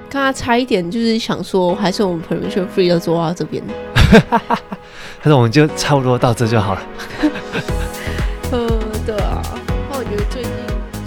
刚刚差一点就是想说，还是我们 permission free 的做到这边。 但是我们就差不多到这就好了。 对啊。那我觉得最近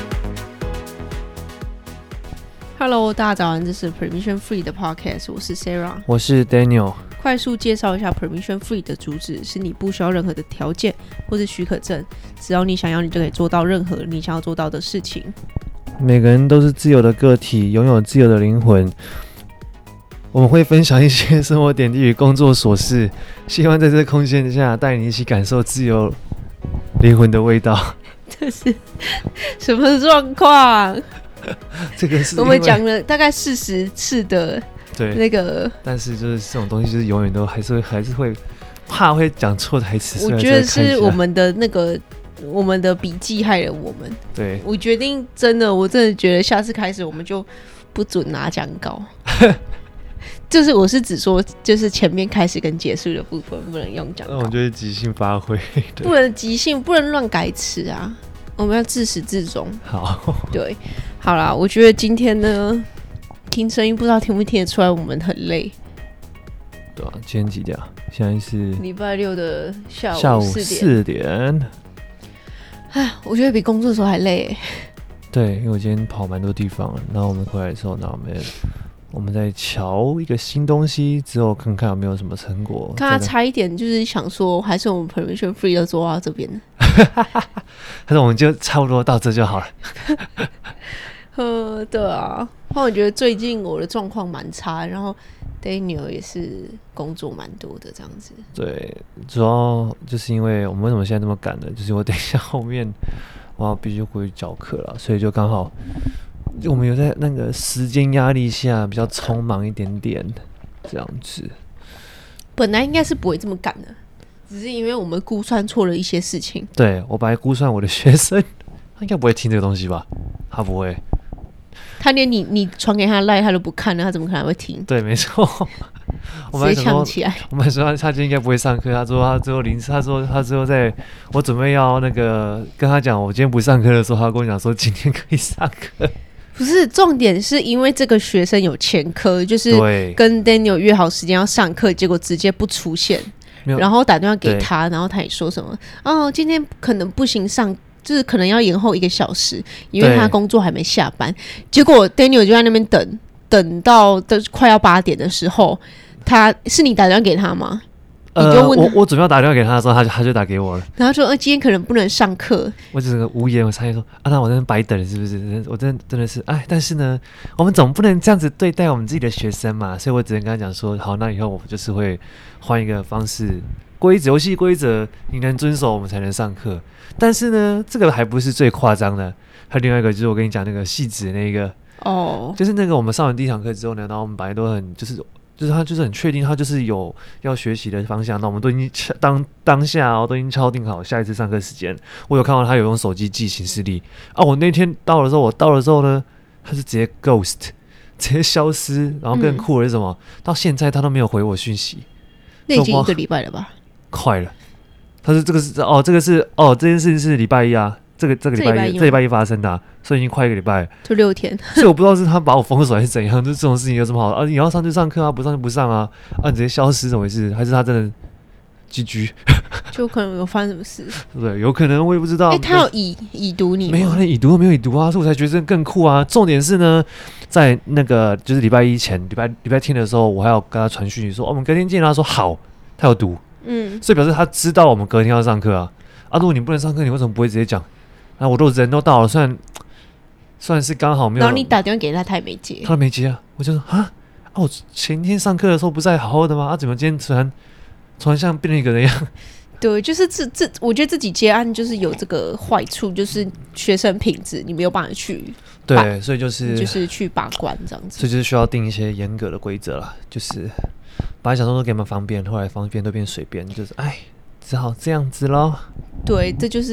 ，Hello， 大家早安，这是 permission free 的 podcast， 我是 Sarah， 我是 Daniel。 快速介绍一下 permission free 的主旨，是你不需要任何的条件或是许可证，只要你想要，你就可以做到任何你想要做到的事情。 每个人都是自由的个体，拥有自由的灵魂。我们会分享一些生活点滴与工作琐事，希望在这个空间下带你一起感受自由灵魂的味道。 这是什么状况？ 这个是我们讲了大概40次的那个， 但是就是这种东西，就是永远都还是会怕会讲错台词。 我觉得是我们的我们的笔记害了我们。 对， 我决定我真的觉得下次开始我们就不准拿讲稿。就是我是指说，就是前面开始跟结束的部分不能用讲稿。 那我觉得即兴发挥， 不能即兴，不能乱改词啊！我们要自始至终。 好， 对，好啦，我觉得今天呢，听声音不知道听不听得出来，我们很累。 对啊，今天几点啊？现在是礼拜六的下午 4点。 唉，我觉得比工作的时候还累耶。 对，因为我今天跑蛮多地方了，然后我们回来的时候，那我们在瞧一个新东西，之后看看有没有什么成果。 刚刚差一点就是想说，还是我们 permission free 的做到这边。 但是我们就差不多到这就好了。 对啊。我觉得最近我的状况蛮差，然后 Daniel 也是工作蛮多的这样子。 对，主要就是因为我们为什么现在这么赶呢？就是我等一下后面我要必须回去教课了，所以就刚好我们有在那个时间压力下比较匆忙一点点这样子。 本来应该是不会这么赶的，只是因为我们估算错了一些事情。 对，我本来估算我的学生他应该不会听这个东西吧？他不会。 他连你传给他赖他都不看了，他怎么可能会听？ 对，没错。 直接呛起来。 我们说他今天应该不会上课，他说他最后他最后在我准备要那个跟他讲我今天不上课的时候，他跟我讲说今天可以上课。 不是，重点是因为这个学生有前科，就是跟 Daniel 约好时间要上课，结果直接不出现，然后打电话给他，然后他也说什么今天可能不行上，就是可能要延后1个小时，因为他工作还没下班。结果 Daniel 就在那边等到快要8点的时候，是你打电话给他吗？你就问我准备要打电话给他的时候，他就打给我了。 然后说今天可能不能上课。我整个无言，我差点说那我真的白等了是不是？我真的是但是呢，我们总不能这样子对待我们自己的学生嘛，所以我只能跟他讲说，好，那以后我就是会换一个方式，游戏规则你能遵守，我们才能上课。但是呢，这个还不是最夸张的，还有另外一个就是我跟你讲那个细致那个就是那个我们上完第1堂课之后呢，然后我们本来都很就是他就是很确定他就是有要学习的方向，那我们都已经当下都已经敲定好下一次上课时间。我有看到他有用手机记行事历我那天到了之后呢，他是直接 ghost 直接消失，然后更酷的是什么？到现在他都没有回我讯息。 那已经1个礼拜了吧？ 快了。他说这个是这件事情是礼拜一啊。这礼拜一发生的所以已经快1个礼拜了，就 6天。 所以我不知道是他把我封锁还是怎样，就这种事情有什么好你要上就上课啊，不上就不上啊，你直接消失怎么回事？还是他真的 GG？ 就可能有发生什么事？ 对，有可能我也不知道。 他有已读你吗？ 没有，他已读都没有已读啊，所以我才觉得更酷啊。重点是呢，在那个就是礼拜一前礼拜天的时候，我还要跟他传讯息说我们隔天见。他说好，他有读，所以表示他知道我们隔天要上课啊。如果你不能上课，你为什么不会直接讲？我人都到了，算是刚好没有。 然后你打电话给他，他也没接。 他没接啊，我就说我前天上课的时候不是还好好的吗？怎么今天突然像变了一个人一样？ 对，就是我觉得自己接案就是有这个坏处，就是学生品质你没有办法去对，所以就是去把关这样子。 所以就是需要定一些严格的规则啦，就是本来想说都给他们方便，后来方便都变随便，就是只好这样子咯。 对，这就是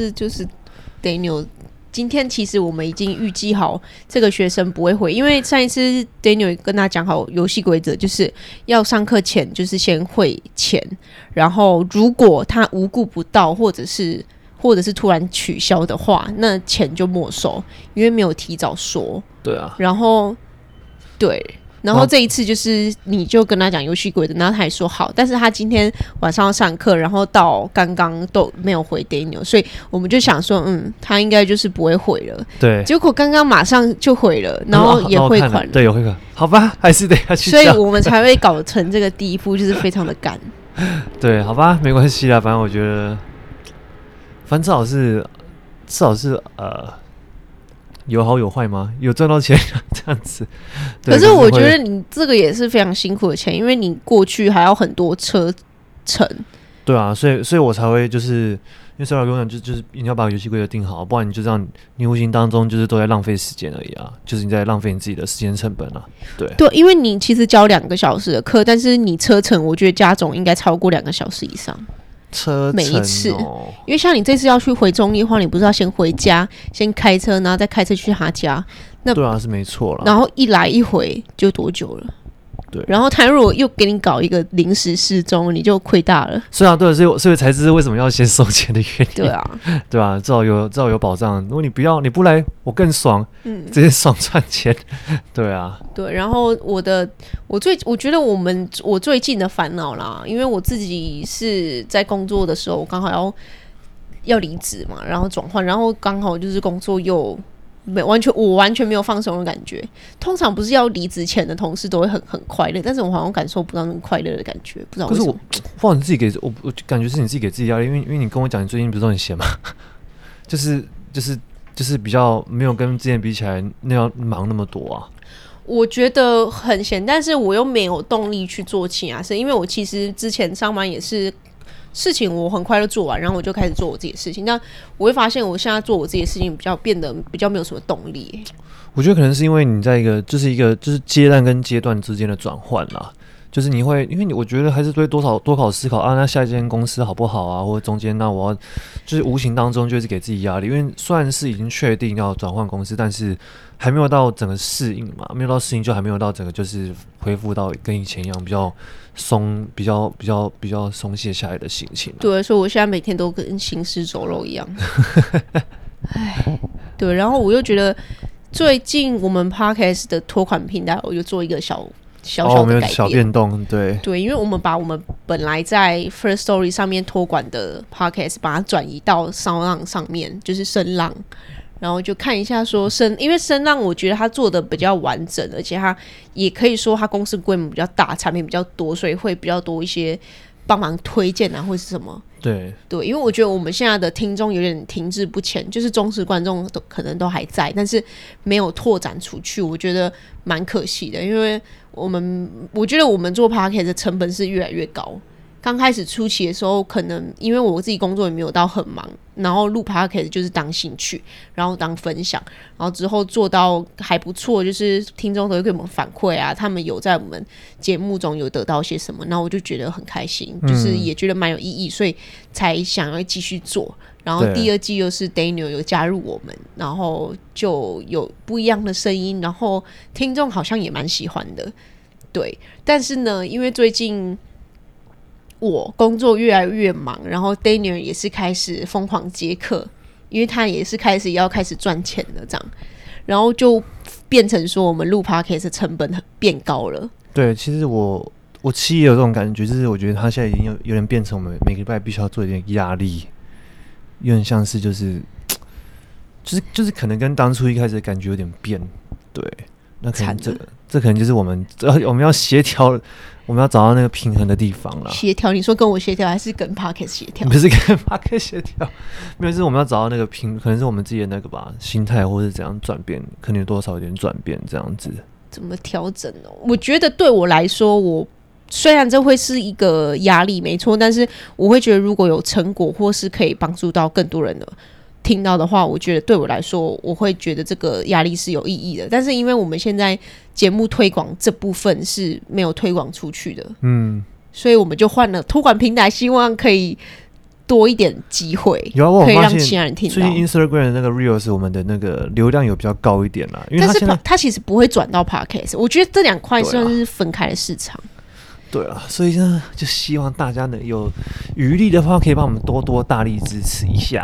Daniel。今天其实我们已经预计好这个学生不会回，因为上一次 Daniel 跟他讲好游戏规则，就是要上课前就是先汇钱，然后如果他无故不到或者是突然取消的话，那钱就没收，因为没有提早说。 对啊。 然后对， 然后这一次就是你就跟他讲游戏规则，然后他也说好，但是他今天晚上要上课，然后到刚刚都没有回 Daniel， 所以我们就想说他应该就是不会回了。 对， 结果刚刚马上就回了，然后也汇款了。 对，有汇款，好吧，还是得要去所以我们才会搞成这个第一步，就是非常的赶。 对，好吧，没关系啦，反正我觉得，反正至少是有好有坏吗？有赚到钱这样子。 可是我觉得你这个也是非常辛苦的钱，因为你过去还要很多车程。 对啊，所以我才会就是因为Sarah跟我讲，就是一定要把游戏规则定好，不然你就这样，你无形当中就是都在浪费时间而已啊，就是你在浪费你自己的时间成本啊。对， 因为你其实教2个小时的课，但是你车程我觉得加总应该超过2个小时以上。 车程每一次，因为像你这次要去回中立的话，你不是要先回家，先开车，然后再开车去他家。那对啊，是没错啦。 然后一来一回就多久了？ 对， 然后他如果又给你搞一个临时失踪，你就亏大了。 是啊，对，所以才知为什么要先收钱的原因。 对啊， 对啊，至少有保障。如果你不来，我更爽，直接爽赚钱。对啊， 对。然后我觉得我最近的烦恼啦，因为我自己是在工作的时候，我刚好要离职嘛，然后转换，然后刚好就是工作又。我完全没有放松的感觉。通常不是要离职前的同事都会很快乐，但是我好像感受不到那种快乐的感觉，不知道为什么。可是我你自己我感觉是你自己给自己压力，因为你跟我讲你最近不是都很闲吗？就是比较没有跟之前比起来那样忙那么多啊。 我觉得很闲，但是我又没有动力去做其他事，因为我其实之前上班也是。事情我很快就做完，然后我就开始做我自己的事情。但我会发现，我现在做我自己的事情变得比较没有什么动力。 我觉得可能是因为你在一个就是阶段跟阶段之间的转换啦。就是你会，因为我觉得还是对多考思考啊，那下一间公司好不好啊，或者中间那我要就是无形当中就是给自己压力，因为虽然是已经确定要转换公司，但是还没有到整个适应嘛，没有到适应就还没有到整个就是恢复到跟以前一样比较松、比较松懈下来的心情。 对，所以我现在每天都跟行尸走肉一样。唉，对，然后我又觉得最近我们 Podcast 的托款平台，我就做一个小的改变， 小变动，对， 因为我们把我们本来在 First Story 上面托管的 Podcast 把它转移到SoundOn上面，就是声浪，然后就看一下说因为声浪我觉得它做的比较完整，而且它也可以说它公司规模比较大，产品比较多，所以会比较多一些帮忙推荐啊，或是什么。对，因为我觉得我们现在的听众有点停滞不前，就是忠实观众可能都还在，但是没有拓展出去，我觉得蛮可惜的。因为我觉得我们做 Podcast 的成本是越来越高。刚开始初期的时候，可能因为我自己工作也没有到很忙，然后录 Podcast 就是当兴趣，然后当分享，然后之后做到还不错，就是听众都会给我们反馈啊，他们有在我们节目中有得到些什么，然后我就觉得很开心，就是也觉得蛮有意义，所以才想要继续做。然后第二季又是 Daniel 有加入我们，然后就有不一样的声音，然后听众好像也蛮喜欢的。对，但是呢，因为最近我工作越来越忙，然后 Daniel 也是开始疯狂接课，因为他也是开始赚钱了这样，然后就变成说我们录 Podcast 的成本变高了。对， 其实我其实也有这种感觉，就是我觉得他现在已经有点变成我们每个礼拜必须要做一点压力，有点像是就是可能跟当初一开始的感觉有点变。对，那可能这可能就是我们要协调，我们要找到那个平衡的地方了。 协调，你说跟我协调还是跟 Podcast 协调？ 不是跟 Podcast 协调，没有，是我们要找到那个可能是我们自己的那个吧，心态或是怎样转变，可能有多少有点转变这样子。 怎么调整呢？我觉得对我来说，虽然这会是一个压力，没错，但是我会觉得如果有成果或是可以帮助到更多人的听到的话，我觉得对我来说，我会觉得这个压力是有意义的。但是因为我们现在节目推广这部分是没有推广出去的，所以我们就换了托管平台，希望可以多一点机会，可以让其他人听到。 最近 Instagram 的那个 Reels 我们的那个流量有比较高一点啦，因为但是它其实不会转到 Podcast， 我觉得这两块算是分开的市场。 对啊，所以呢，就希望大家能有余力的话，可以帮我们多多大力支持一下。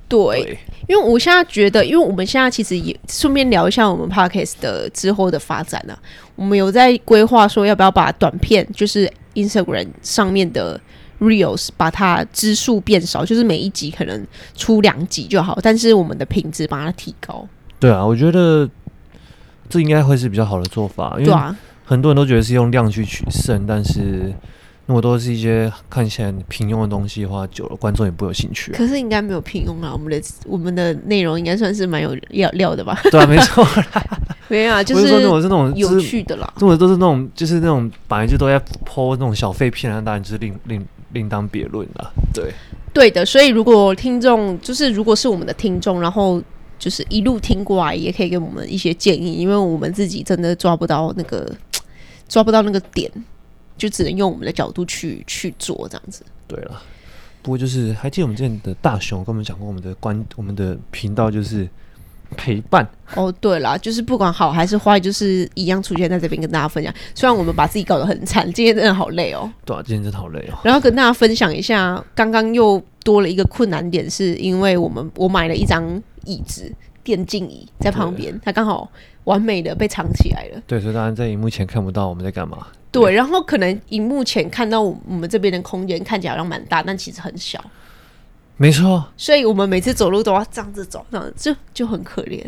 对，因为我现在觉得，因为我们现在其实也顺便聊一下我们 Podcast 的之后的发展啊，我们有在规划说要不要把短片，就是 Instagram 上面的 Reels 把它支数变少，就是每一集可能出2集就好，但是我们的品质把它提高。 对啊，我觉得这应该会是比较好的做法，因为很多人都觉得是用量去取胜，但是如果都是一些看起来平庸的东西的话，久了观众也不会有兴趣、啊。 可是应该没有平庸啊，我们的内容应该算是蛮有料的吧？ 对啊，没错啦。 没有啊，就是说那种有趣的啦。 这种都是那种就是那种本来就都在 po 那种小废片啊，当然就是另当别论啦。对的，所以如果听众就是如果是我们的听众，然后就是一路听过来，也可以给我们一些建议，因为我们自己真的抓不到那个点。就只能用我们的角度去做这样子。对了，不过就是还记得我们之前的大雄跟我们讲过，我们的频道就是陪伴。 哦，对啦，就是不管好还是坏，就是一样出现在这边跟大家分享。虽然我们把自己搞得很惨，今天真的好累哦。 对啊，今天真的好累哦。 然后跟大家分享一下，刚刚又多了一个困难点，是因为我买了一张椅子。电竞椅在旁边，它刚好完美的被藏起来了。 对，所以当然在荧幕前看不到我们在干嘛。 对，然后可能荧幕前看到我们这边的空间看起来好像蛮大，但其实很小。 没错。 所以我们每次走路都要这样子走，这样就很可怜。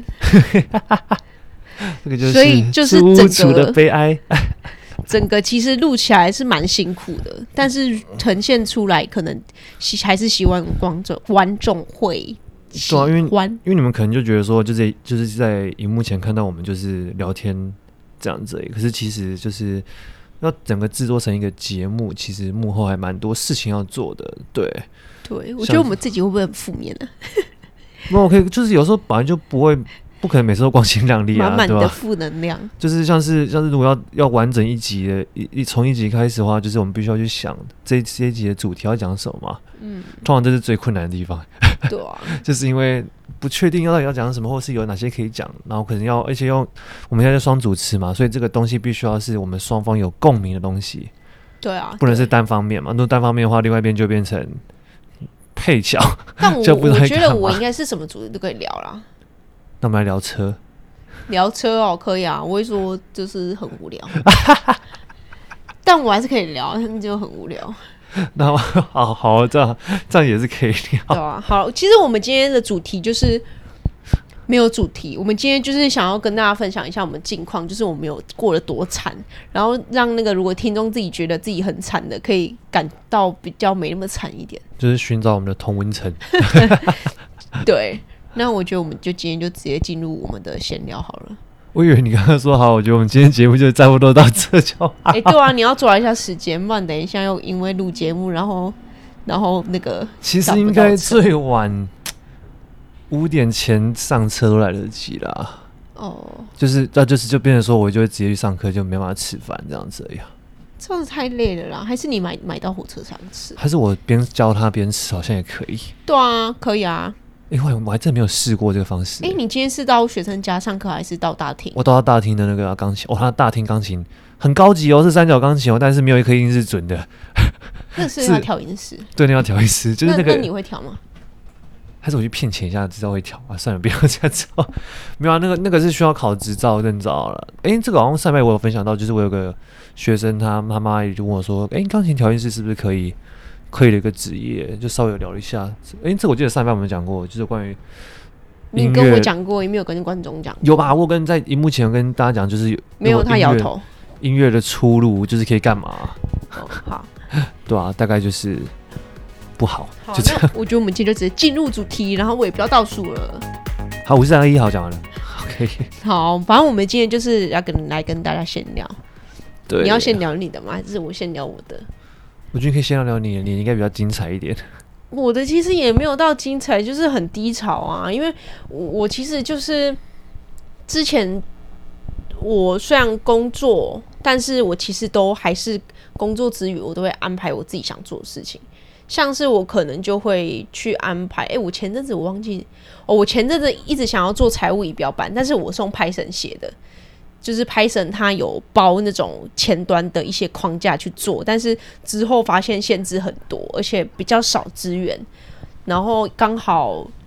这个就是所以就是整个的悲哀。 整个其实录起来是蛮辛苦的，但是呈现出来可能还是希望观众会。 对啊，因为你们可能就觉得说，就是在荧幕前看到我们就是聊天这样子而已，可是其实就是要整个制作成一个节目，其实幕后还蛮多事情要做的。对， 我觉得我们自己会不会很负面呢？ 那我可以，就是有时候本来就不可能每次都光鲜亮丽啊， 满满的负能量。 就是像是如果要完整一集的从一集开始的话，就是我们必须要去想这一集的主题要讲什么嘛。通常这是最困难的地方。 对啊， 就是因为不确定到底要讲什么，或是有哪些可以讲，然后可能而且我们现在双主持嘛，所以这个东西必须要是我们双方有共鸣的东西。 对啊， 不能是单方面嘛。如果单方面的话，另外一边就变成配角。 但我觉得我应该是什么主题都可以聊啦。 那我们来聊车。 聊车哦，可以啊。我会说就是很无聊，但我还是可以聊，但就很无聊。 那好，这样也是可以聊。 对啊，好，其实我们今天的主题就是没有主题，我们今天就是想要跟大家分享一下我们近况，就是我们有过得多惨，然后让那个如果听众自己觉得自己很惨的，可以感到比较没那么惨一点， 就是寻找我们的同温层。 对，那我觉得我们就今天就直接进入我们的闲聊好了。 我以为你刚刚说好，我觉得我们今天节目就差不多到这就好。 对啊，你要抓一下时间，不然等一下又因为录节目，然后那个其实应该最晚5点前上车都来得及啦。就变成说我就会直接去上课，就没办法吃饭这样子而已。 这样子太累了啦，还是你买到火车上吃？ 还是我边教他边吃，好像也可以。 对啊，可以啊。 我还真没有试过这个方式。 你今天是到学生家上课还是到大厅？ 我到大厅的那个钢琴，他的大厅钢琴很高级哦，是三角钢琴哦，但是没有一颗音是准的。 那是要调音师？对， 那要调音师，就是那个。 那你会调吗？ 还是我去骗钱一下，知道会调啊？算了，不要这样做。没有啊，那个是需要考执照认照了。这个好像上面我有分享到，就是我有个学生，他妈妈也就问我说，钢琴调音师是不是可以的一个职业？就稍微有聊了一下。这我记得上一半我们讲过，就是关于你跟我讲过，也没有跟观众讲。 有吧？我在荧幕前跟大家讲，就是没有，他摇头。 音乐的出路就是可以干嘛？ 好。 对啊，大概就是不好。 好，就这样。我觉得我们今天就直接进入主题，然后我也不要倒数了。 好，5、4、3、2、1，好，讲完了。OK。 好，反正我们今天就是要来跟大家闲聊。 对。 你要先聊你的吗？还是我先聊我的？ 我觉得可以先聊你的，你应该比较精彩一点。 我的其实也没有到精彩，就是很低潮啊。因为我其实就是之前我虽然工作，但是我其实都还是工作之余，我都会安排我自己想做的事情。像是我可能就会去安排，我前阵子我忘记，我前阵子一直想要做财务仪表板，但是我是用 Python 写的。就是 Python 它有包那种前端的一些框架去做，但是之后发现限制很多，而且比较少资源。然后刚好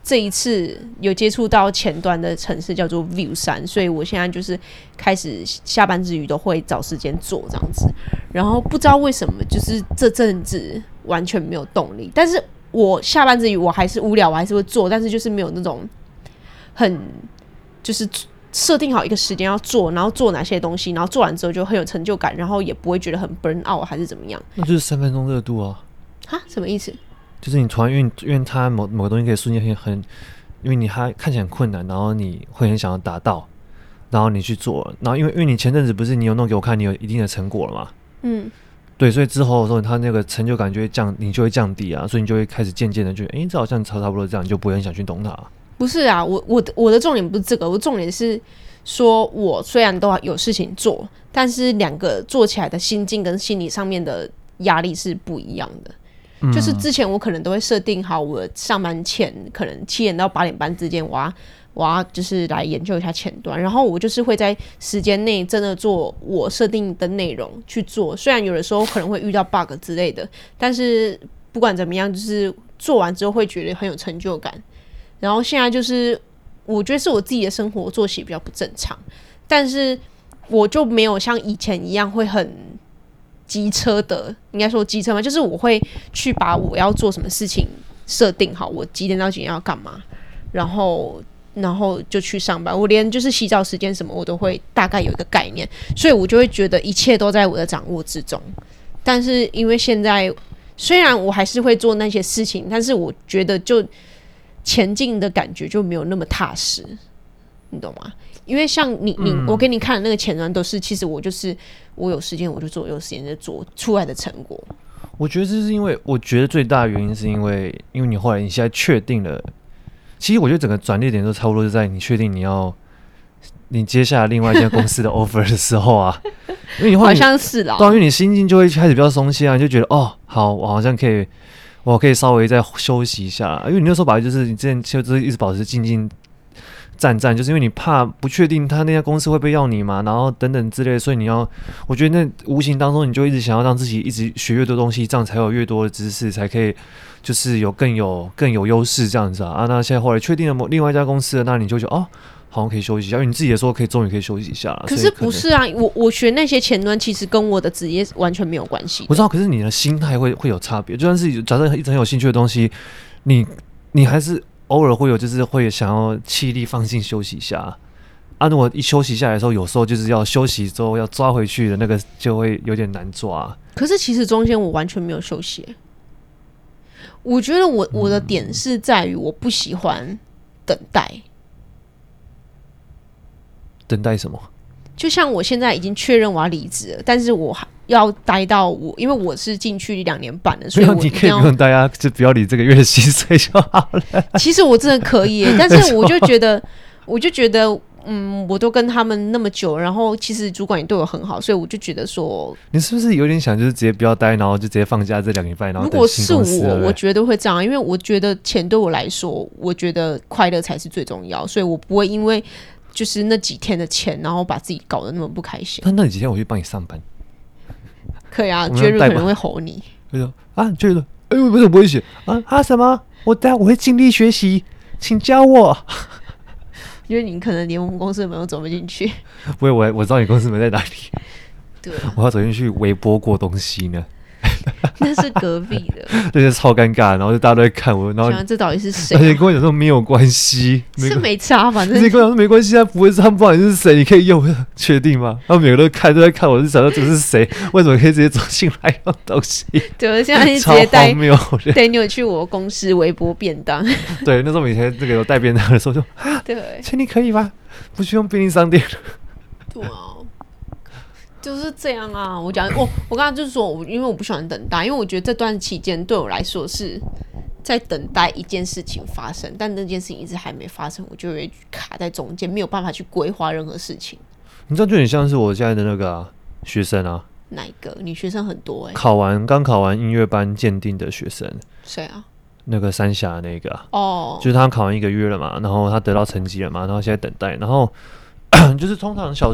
这一次有接触到前端的程式叫做 Vue 3，所以我现在就是开始下班之余都会找时间做这样子。然后不知道为什么，就是这阵子完全没有动力，但是我下班之余我还是无聊，我还是会做，但是就是没有那种很就是设定好一个时间要做，然后做哪些东西，然后做完之后就很有成就感，然后也不会觉得很 burn out 还是怎么样。 那就是3分钟热度啊。 哈，什么意思？ 就是你突然因为它某个东西可以瞬间很，因为你它看起来很困难，然后你会很想要达到，然后你去做，然后因为你前阵子不是你有弄给我看，你有一定的成果了嘛？对，所以之后的时候，它那个成就感就会你就会降低啊，所以你就会开始渐渐的觉得，这好像差不多这样，你就不会很想去动它。 不是啊，我的重点不是这个，我重点是说，我虽然都有事情做，但是两个做起来的心境跟心理上面的压力是不一样的。就是之前我可能都会设定好，我上班前可能7点到8点半之间，我要就是来研究一下前端，然后我就是会在时间内真的做我设定的内容去做。虽然有的时候可能会遇到 bug 之类的，但是不管怎么样，就是做完之后会觉得很有成就感。然后现在就是我觉得是我自己的生活作息比较不正常，但是我就没有像以前一样会很机车的，应该说机车嘛，就是我会去把我要做什么事情设定好，我几点到几点要干嘛，然后就去上班。我连就是洗澡时间什么我都会大概有一个概念，所以我就会觉得一切都在我的掌握之中。但是因为现在虽然我还是会做那些事情，但是我觉得就前进的感觉就没有那么踏实，你懂吗？因为像你我给你看的那个前端都是，其实我就是我有时间我就做，有时间就做出来的成果。 我觉得这是因为，我觉得最大的原因是因为你后来你现在确定了，其实我觉得整个转捩点都差不多是在你确定你接下来另外一间公司的 offer 的时候啊，因为你后来好像是啦， 对，因为你心境就会开始比较松懈啊，你就觉得好，我好像我可以稍微再休息一下，因为你那时候本来就是你之前就是一直保持进战，就是因为你怕不确定他那家公司会不会要你嘛，然后等等之类的，所以我觉得那無形当中你就一直想要让自己一直学越多东西，这样才有越多的知识，才可以就是更有优势这样子啊。那现在后来确定了另外一家公司了，那你就觉得好像可以休息一下，因为你自己也说终于可以休息一下了。 可是不是啊，我学那些前端其实跟我的职业完全没有关系。 我知道，可是你的心态会有差别。就算是假设一直很有兴趣的东西，你还是偶尔会有，就是会想要气力放尽休息一下啊。如果一休息下来的时候，有时候就是要休息之后要抓回去的那个，就会有点难抓。 可是其实中间我完全没有休息。我觉得我的点是在于我不喜欢等待。 等待什么？ 就像我现在已经确认我要离职了，但是我要待到因为我是进去2年半了，所以你可以不用待啊，就不要理这个月的薪水就好了。 其实我真的可以，但是我就觉得，我都跟他们那么久，然后其实主管也对我很好，所以我就觉得说， 你是不是有点想就是直接不要待，然后就直接放假这2个礼拜，然后如果是我绝对会这样，因为我觉得钱对我来说，我觉得快乐才是最重要，所以我不会因为就是那几天的钱，然后把自己搞得那么不开心。 那几天我去帮你上班， 可以啊，Jerry 可能会吼你。 他说Jerry，为什么不会写什么？我会尽力学习，请教我。 因为你可能连我们公司的门都走不进去。 不会，我知道你公司门在哪里。 对， 我要走进去微波过东西呢。 那是隔壁的， 对，就超尴尬，然后就大家都在看我，然后这到底是谁？ 而且跟我讲说没有关系， 是没差，反正你跟我讲说没关系，他不会是他们，不管是谁，你可以用，确定吗？他们每个都在看，我就想说这是谁？为什么可以直接走进来用东西？ 对，现在直接带 Daniel 去我公司微波便当。 对，那时候我以前这个有带便当的时候就对， 请你可以吗？不去用便利商店。 对啊。就是这样啊，我刚刚就是说，因为我不喜欢等待，因为我觉得这段期间对我来说是在等待一件事情发生，但那件事情一直还没发生，我就会卡在中间，没有办法去规划任何事情。 你知道，就很像是我现在的那个学生啊。 哪一个？你学生很多刚考完音乐班鉴定的学生。 谁啊？ 那个三峡那个就是他考完1个月了嘛，然后他得到成绩了嘛，然后现在等待，然后就是通常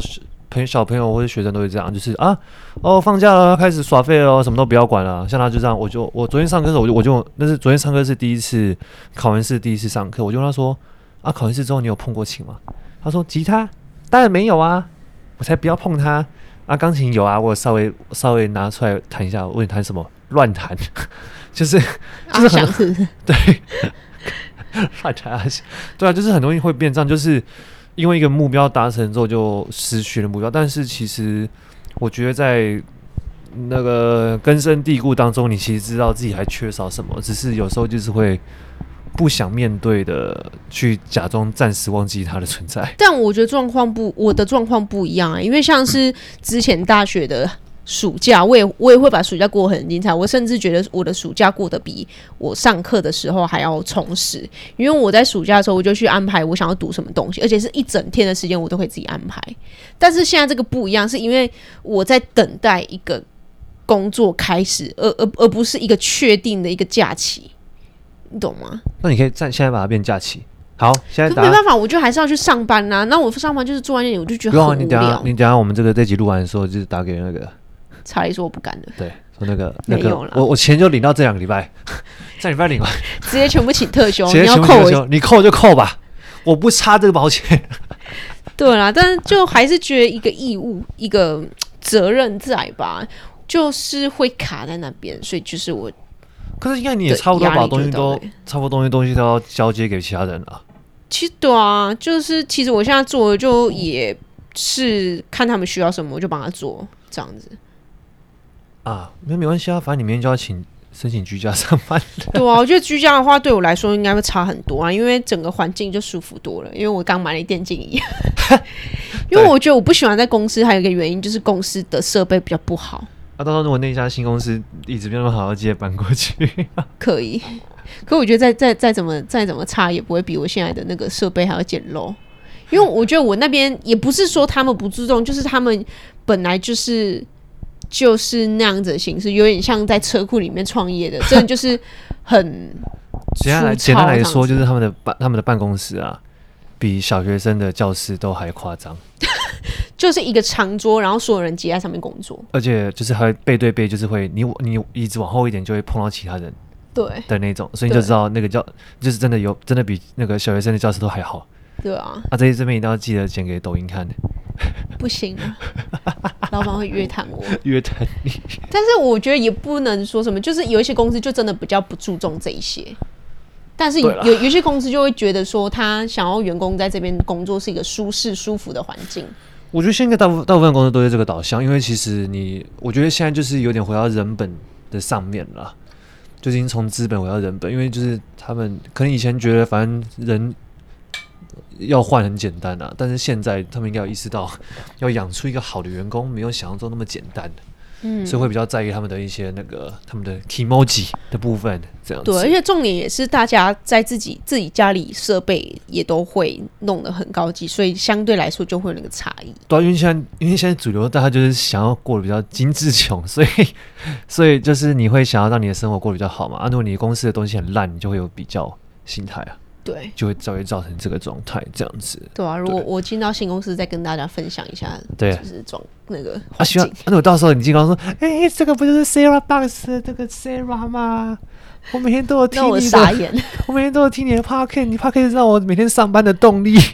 小朋友或者学生都会这样，就是放假了，开始耍废了，什么都不要管了。像他就这样，我昨天上课的时候，我就那是昨天上课是第一次考完试第一次上课，我就问他说考完试之后你有碰过琴吗？他说吉他当然没有啊，我才不要碰它。钢琴有啊，我稍微拿出来弹一下。我问你弹什么？乱弹，就是很是不是对，乱弹对啊，就是很容易会变这样，就是因为一个目标达成之后就失去了目标。但是其实我觉得在那个根深蒂固当中，你其实知道自己还缺少什么，只是有时候就是会不想面对的，去假装暂时忘记它的存在。 但我觉得我的状况不一样因为像是之前大学的暑假，我也会把暑假过得很精彩。我甚至觉得我的暑假过得比我上课的时候还要充实，因为我在暑假的时候我就去安排我想要读什么东西，而且是一整天的时间我都可以自己安排。但是现在这个不一样，是因为我在等待一个工作开始，而不是一个确定的一个假期，你懂吗？ 那你可以现在把它变假期。好，现在可没办法，我就还是要去上班啊。那我上班就是做完那点，我就觉得很无聊。 你等一下我们这集录完的时候，就是打给那个查理说我不干了。 对，说那个我钱就领到这2个礼拜，这礼拜领完， 直接全部请特休。 你要扣我，你扣就扣吧，我不差这个保险。 对啦，但是就还是觉得一个义务、一个责任在吧，就是会卡在那边，所以就是我。 可是应该你也差不多把东西都要交接给其他人了。 其实对啊，就是其实我现在做的就也是看他们需要什么，我就帮他做这样子。 没关系啊，反正你明天就要申请居家上班了。 对啊，我觉得居家的话对我来说应该会差很多啊，因为整个环境就舒服多了。因为我刚买了电竞椅，因为我觉得我不喜欢在公司，还有一个原因就是公司的设备比较不好。 到时候如果那家新公司一直没有好好接搬过去， 可以。可我觉得再怎么差，也不会比我现在的那个设备还要简陋。因为我觉得我那边也不是说他们不注重，就是他们本来就是那样子的形式，有点像在车库里面创业的，真的就是很简单来说，就是他们的办公室啊，比小学生的教室都还夸张。 就是一个长桌，然后所有人挤在上面工作， 而且就是还会背对背，就是会你椅子往后一点就会碰到其他人， 对的那种，所以你就知道那个就是真的比那个小学生的教室都还好。 对啊， 这边一定要记得剪给抖音看。 不行啊，老板会约谈我， 约谈你。 但是我觉得也不能说什么，就是有一些公司就真的比较不注重这一些。但是有些公司就会觉得说，他想要员工在这边工作是一个舒适舒服的环境。 我觉得现在大部分公司都是这个导向，因为其实我觉得现在就是有点回到人本的上面了，就已经从资本回到人本，因为就是他们可能以前觉得反正人要换很简单啊，但是现在他们应该有意识到，要养出一个好的员工没有想象中那么简单的。所以会比较在意他们的一些他们的 Kimoji 的部分，这样子。 对，而且重点也是大家在自己家里设备也都会弄得很高级，所以相对来说就会有那个差异。 对，因为现在主流大家就是想要过得比较精致穷，所以就是你会想要让你的生活过得比较好嘛。如果你公司的东西很烂，你就会有比较心态啊。 对， 就会造成这个状态，这样子。 对啊，如果我进到新公司，再跟大家分享一下， 对， 就是那个环境。 那我到时候你进公司说，这个不就是 Sarah Box 这个 Sarah 吗？我每天都有听你的， 那我傻眼。 我每天都有听你的 Podcast， 你 Podcast 让我每天上班的动力。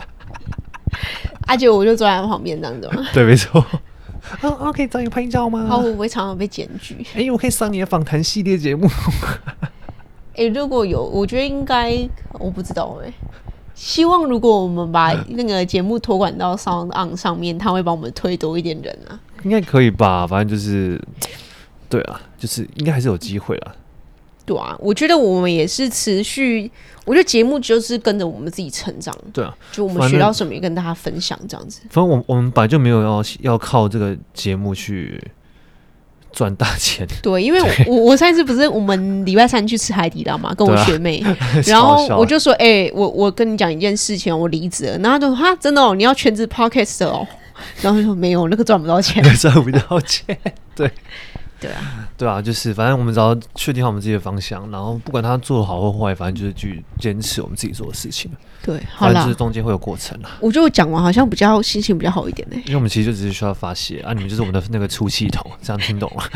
结果我就坐在旁边这样子吗？ 对，没错。可以找你拍照吗？ 我会不会常常被检举？ 我可以上你的访谈系列节目。 如果有，我觉得应该，我不知道希望如果我们把那个节目托管到 SoundOn 上面，他会帮我们推多一点人啊。 应该可以吧？反正就是，对啊，就是应该还是有机会啦。 对啊，我觉得我们也是持续，我觉得节目就是跟着我们自己成长。 对啊， 就我们学到什么也跟大家分享这样子。 反正我们本来就没有要靠这个节目去赚大钱。 对，因为我上一次不是我们礼拜3去吃海底捞嘛，跟我学妹，然后我就说，我跟你讲一件事情，我离职了，然后他就说，真的你要全职 podcast 哦，然后就说没有，那个赚不到钱， 赚不到钱，对。 对啊， 对啊，就是反正我们只要确定好我们自己的方向，然后不管他做好或坏，反正就是去坚持我们自己做的事情。 对，好啦， 反正就是中间会有过程啦。 我觉得我讲完好像比较心情比较好一点呢， 因为我们其实就只是需要发泄啊，你们就是我们的那个出气筒，这样听懂了？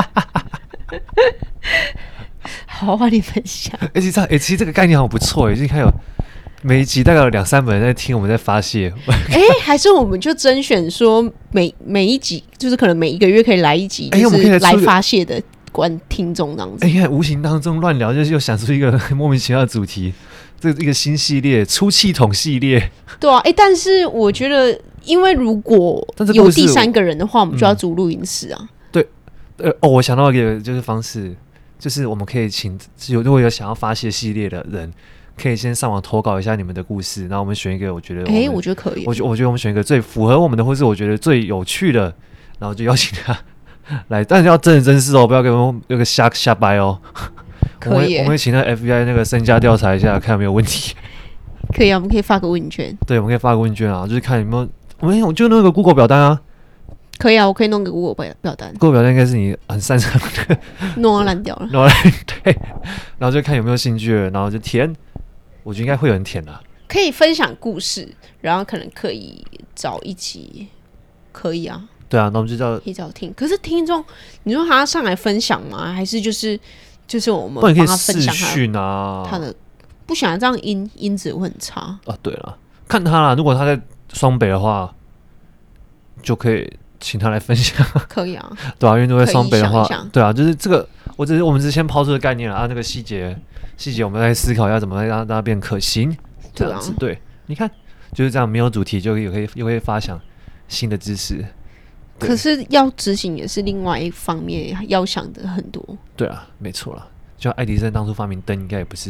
好啊，你分享。 其实这个概念好像不错，已经还有每一集大概有2-3本人在听我们在发泄。 还是我们就甄选说每一集，就是可能每一个月可以来一集，就是来发泄的听众这样子。 看无形当中乱聊，就是又想出一个莫名其妙的主题，这一个新系列出气筒系列。 对啊，但是我觉得，因为如果有第3个人的话，我们就要租录音室啊。 对，我想到一个就是方式，就是我们可以请如果有想要发泄系列的人。可以先上网投稿一下你们的故事，然后我们选一个我觉得我觉得可以， 我觉得我们选一个最符合我们的，或是我觉得最有趣的，然后就邀请他来，但是要真人真事哦，不要给我们有个瞎掰哦。 可以， 我们会请那 FBI 那个身家调查一下，看有没有问题。 可以啊，我们可以发个问卷。 对，我们可以发个问卷啊，就是看有没有，我就弄个 Google 表单啊。 可以啊，我可以弄个 Google 表单。 Google 表单应该是你很擅长的， 弄到烂掉了。 对，然后就看有没有兴趣了，然后就填。我觉得应该会有人填啦。 可以分享故事，然后可能可以找一集，可以啊。 对啊，那我们就叫可以找听。可是听众，你说他上来分享吗？还是就是我们帮他分享他的？不想这样音质会很差啊。对了，看他啦，如果他在双北的话，就可以请他来分享。 可以啊， 对啊，因为如果在双北的话，对啊，就是这个，我们只是先抛出的概念了啊，那个细节我们来思考一下怎么让它变可行，这样子。对，你看就是这样，没有主题就又可以发想新的知识。 可是要执行也是另外一方面，要想的很多。 对啊，没错啦。就爱迪生当初发明灯，应该也不是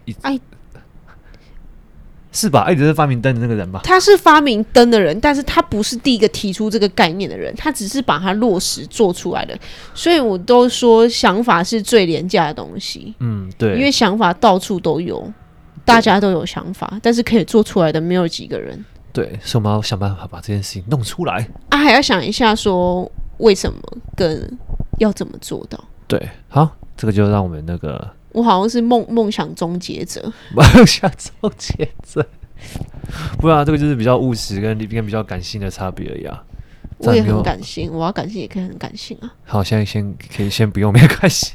是吧？爱迪生发明灯的那个人吧？ 他是发明灯的人，但是他不是第一个提出这个概念的人，他只是把它落实做出来的。所以我都说想法是最廉价的东西。 对， 因为想法到处都有，大家都有想法，但是可以做出来的没有几个人。 对，所以我们要想办法把这件事情弄出来啊，还要想一下说为什么跟要怎么做到。 对，好，这个就让我们那个。 我好像是梦想终结者， 梦想终结者，不然这个就是比较务实跟比较感性的差别而已啊。 我也很感性，我要感性也可以很感性啊。 好，现在可以先不用，没关系。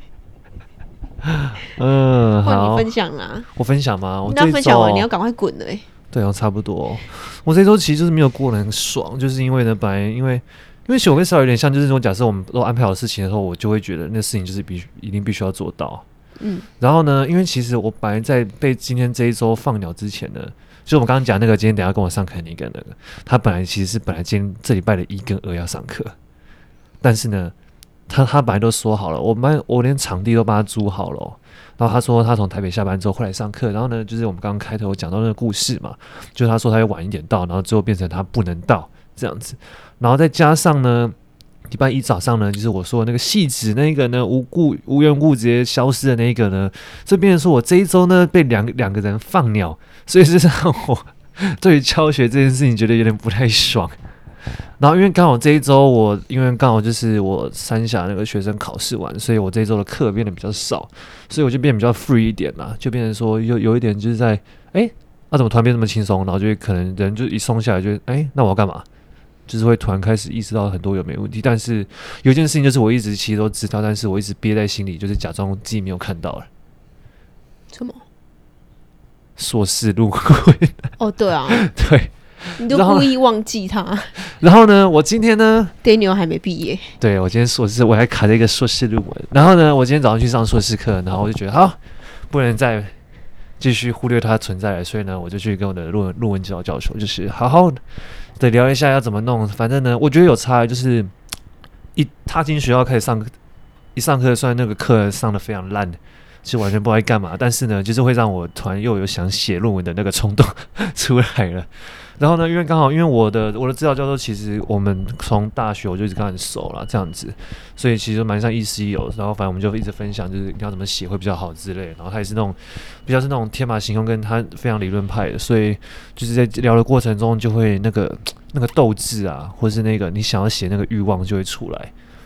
好， 你分享啦。 我分享吗？ 你要分享完，你要赶快滚了对，差不多。我这周其实就是没有过得很爽，就是因为呢，本来因为其实我跟小有点像，就是说，假设我们都安排好事情的时候，我就会觉得那事情就是一定必须要做到。然后呢，因为其实我本来在被今天这一周放鸟之前呢，就我们刚刚讲那个今天等一下跟我上课的那个，他本来今天这礼拜的1跟2要上课，但是呢，他本来都说好了，我连场地都帮他租好了然后他说他从台北下班之后会来上课，然后呢，就是我们刚刚开头讲到那个故事嘛，就是他说他会晚一点到，然后最后变成他不能到这样子，然后再加上呢。礼拜1早上呢，就是我说的那个戏子那个呢，无缘无故直接消失的那个呢，这变成说我这一周呢被两个人放鸟，所以是让我对于教学这件事情觉得有点不太爽。然后因为刚好这一周因为刚好就是我三峡那个学生考试完，所以我这一周的课变得比较少，所以我就变得比较 free 一点啦，就变成说有一点就是在怎么突然变这么轻松，然后就可能人就一松下来就那我要干嘛？就是会突然开始意识到很多有没问题，但是有一件事情就是我一直其实都知道，但是我一直憋在心里，就是假装自己没有看到了。 什么？ 硕士论文。 对啊， 对， 你都故意忘记他。 然后呢，我今天呢 ，Daniel 还没毕业。 对，我今天硕士，我还卡了一个硕士论文。然后呢，我今天早上去上硕士课，然后我就觉得好，不能再继续忽略它存在了，所以呢，我就去跟我的论文指导教授，就是好好的聊一下要怎么弄。反正呢，我觉得有差，就是一踏进学校开始上课，一上课虽然那个课上的非常烂，就完全不知道在干嘛，但是呢，就是会让我突然又有想写论文的那个冲动出来了。然后呢，因为刚好因为我的指导教授，其实我们从大学我就一直跟他很熟了，这样子，所以其实蛮像亦师亦友。然后反正我们就一直分享，就是你要怎么写会比较好之类。然后他也是那种比较是那种天马行空，跟他非常理论派的，所以就是在聊的过程中就会那个斗志啊，或是那个你想要写那个欲望就会出来。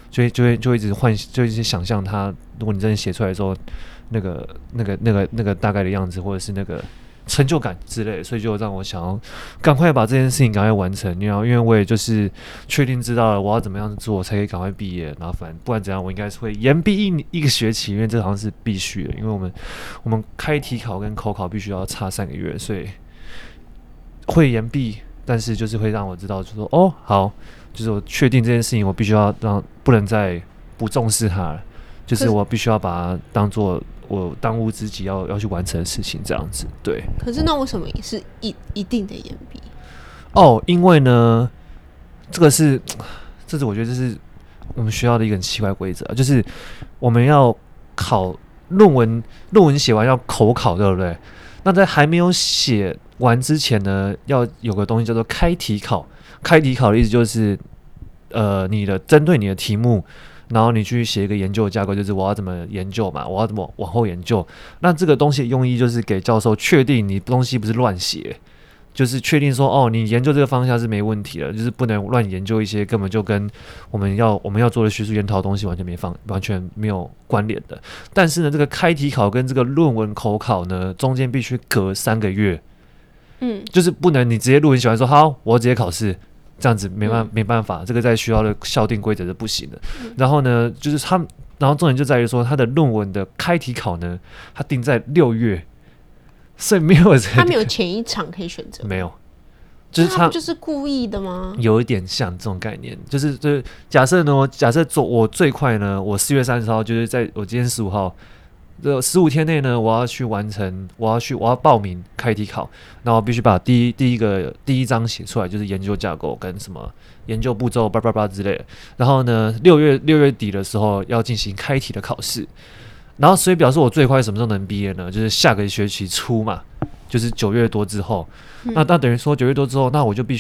就会一直就一直想象它，如果你真的写出来之后，那个大概的样子，或者是那个成就感之类的，所以就让我想要赶快把这件事情赶快完成。因为我也就是确定知道了我要怎么样做才可以赶快毕业，然后反正不管怎样，我应该是会延毕一个学期，因为这好像是必须的，因为我们开题考跟口考必须要差3个月，所以会延毕，但是就是会让我知道，就说哦好，就是我确定这件事情，我必须要不能再不重视它了，就是我必须要把它当做我当务之急要去完成的事情，这样子。对。 可是那为什么也是一定得延毕？ 因为呢，这是我觉得这是我们学校的一个很奇怪规则，就是我们要考论文写完要口考，对不对？那在还没有写完之前呢，要有个东西叫做开题考。开题考的意思就是，针对你的题目。然后你去写一个研究的架构，就是我要怎么研究嘛，我要怎么往后研究。那这个东西的用意就是给教授确定你东西不是乱写，就是确定说你研究这个方向是没问题的，就是不能乱研究一些根本就跟我们要做的学术研讨的东西完全没有关联的。但是呢，这个开题考跟这个论文口考呢，中间必须隔3个月，就是不能你直接论文写完说好，我要直接考试。这样子没办法，这个在学校的校定规则是不行的。然后呢，就是然后重点就在于说，他的论文的开题考呢，他定在6月，所以他没有前一场可以选择， 没有，就是他就是故意的吗？ 有一点像这种概念，就是假设我最快呢，我4月30号就是在我今天15号。这15天内呢，我要去完成，我要报名开题考，然后必须把第一章写出来，就是研究架构跟什么研究步骤叭叭叭之类的。然后呢，6月底的时候要进行开题的考试，然后所以表示我最快什么时候能毕业呢？就是下个学期初嘛，就是9月多之后。那等于说9月多之后，那就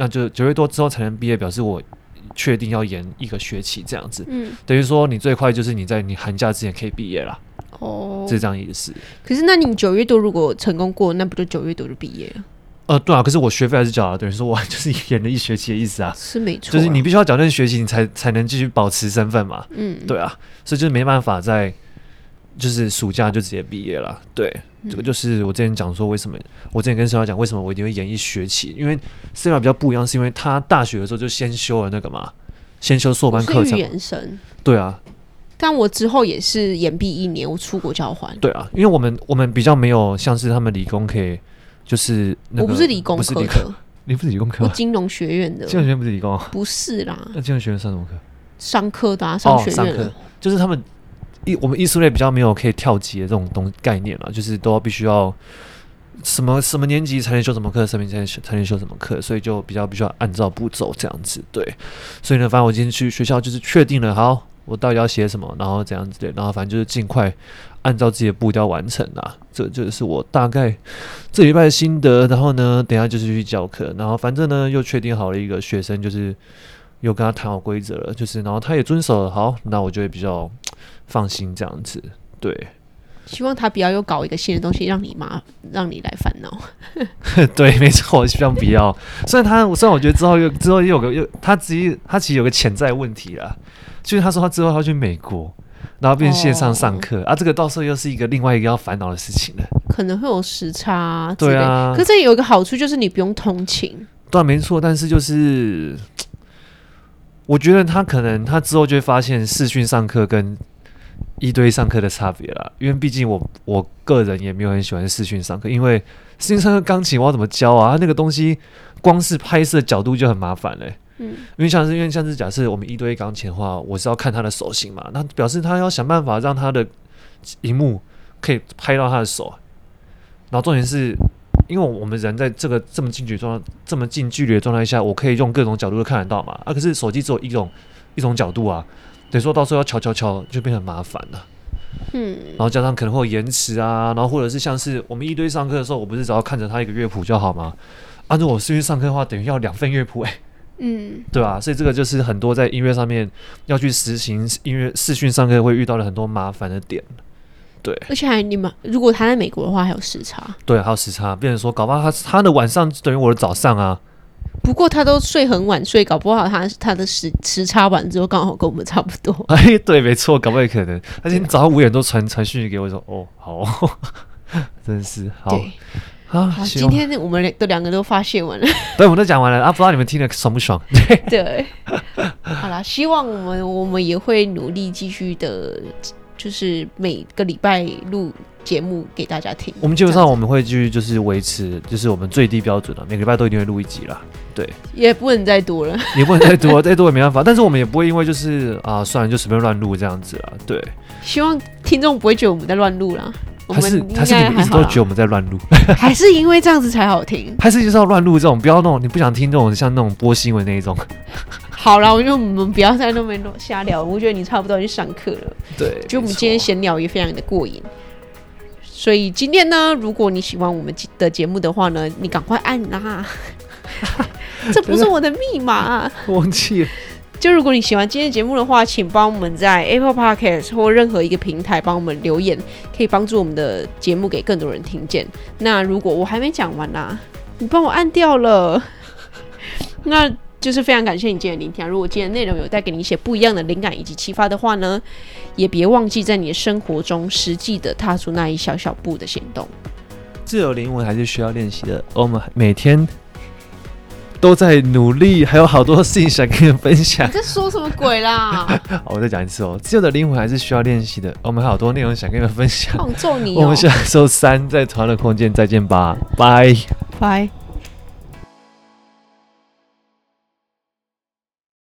9月多之后才能毕业，表示我确定要延1个学期这样子。等于说你最快就是你在你寒假之前可以毕业啦。是这样意思。 可是那你9月多如果成功过，那不就9月多就毕业了？ 对啊，可是我学费还是缴了，等于说我就是延了1学期的意思啊。 是没错， 就是你必须要缴那学期，你才能继续保持身份嘛。对啊，所以就是没办法在就是暑假就直接毕业了。对，这个就是我之前讲说为什么我之前跟Sarah讲为什么我一定会延1学期，因为Sarah比较不一样，是因为他大学的时候就先修了那个嘛，先修硕班课程。 是语言生。 对啊。 但我之后也是延毕1年，我出国交换。 对啊，因为我们比较没有像是他们理工可以，就是那个我不是理工科的， 你不是理工科？ 我金融学院的。 金融学院不是理工？ 不是啦。 那金融学院上什么课？ 商科的商学院。 商科就是他们我们艺术类比较没有可以跳级的这种概念啦，就是都必须要什么年级才能修什么课，什么年级才能修什么课，所以就必须要按照步骤这样子。对，所以呢，反正我今天去学校就是确定了，好。我到底要写什么，然后怎样之类，然后反正就是尽快按照自己的步调完成啦。这就是我大概这礼拜的心得。然后呢，等一下就是去教课，然后反正呢又确定好了一个学生，就是有跟他谈好规则了，就是然后他也遵守了，好，那我就会比较放心这样子。对， 希望他不要又搞一个新的东西让你来烦恼。 对，没错，我希望不要。虽然我觉得之后又有个他其实有个潜在问题啦。就是他说他之后要去美国，然后变线上上课这个到时候又是另外一个要烦恼的事情了， 可能会有时差之类。 对啊， 可是这有一个好处就是你不用通勤。 对啊，没错，但是就是我觉得他可能他之后就会发现视讯上课跟一对一上课的差别啦，因为毕竟我个人也没有很喜欢视讯上课，因为视讯上课钢琴我要怎么教啊？他那个东西光是拍摄角度就很麻烦嘞。因为像是假设我们一对一钢琴的话，我是要看他的手型嘛，那表示他要想办法让他的荧幕可以拍到他的手，然后重点是，因为我们人在这么近距离的状态下，我可以用各种角度都看得到嘛，可是手机只有一种角度啊，等于说到时候要瞧就变得很麻烦了。然后加上可能会有延迟啊，然后或者是像是我们一对一上课的时候，我不是只要看着他一个乐谱就好吗？如果我视讯上课的话，等于要2份乐谱对吧？所以这个就是很多在音乐上面要去实行音乐视讯上课会遇到的很多麻烦的点。对， 而且如果他在美国的话，还有时差。 对，还有时差，变成说搞不好他的晚上等于我的早上啊， 不过他都睡很晚睡，搞不好他的时差完之后刚好跟我们差不多。 哎，对，没错，搞不好也可能。他今天早上5点多传讯息给我说，哦，好哦真是好。 好，今天我们两个都发泄完了， 对，我们都讲完了啊，不知道你们听得爽不爽？ 对，好啦，希望我们也会努力继续的，就是每个礼拜录节目给大家听。 我们基本上我们会继续就是维持，就是我们最低标准了，每个礼拜都一定会录1集啦。对， 也不能再多了， 也不能再多，再多也没办法。但是我们也不会因为就是算了就随便乱录这样子啦。对， 希望听众不会觉得我们在乱录啦。 还是你们一直都觉得我们在乱录， 还是因为这样子才好听？ 还是就是要乱录这种，不要那种你不想听这种像那种播新闻那一种。 好啦，我觉得我们不要在那边瞎聊，我觉得你差不多要去上课了。 对， 就我们今天闲聊也非常的过瘾。所以今天呢，如果你喜欢我们的节目的话呢，你赶快按啦。这不是我的密码， 忘记了。 就如果你喜欢今天的节目的话，请帮我们在 Apple Podcast 或任何一个平台帮我们留言，可以帮助我们的节目给更多人听见。那如果我还没讲完啦，你帮我按掉了，那就是非常感谢你今天的聆听。如果今天的内容有带给你一些不一样的灵感以及启发的话呢，也别忘记在你的生活中实际的踏出那一小小步的行动。 自由灵魂还是需要练习的，我们每天都在努力，还有好多事情想跟你们分享。 你在说什么鬼啦？ 好，我再讲一次哦，自由的灵魂还是需要练习的。我们还有好多内容想跟你们分享。 放纵你哦！ 我们下周3在同样的空间再见吧，拜拜。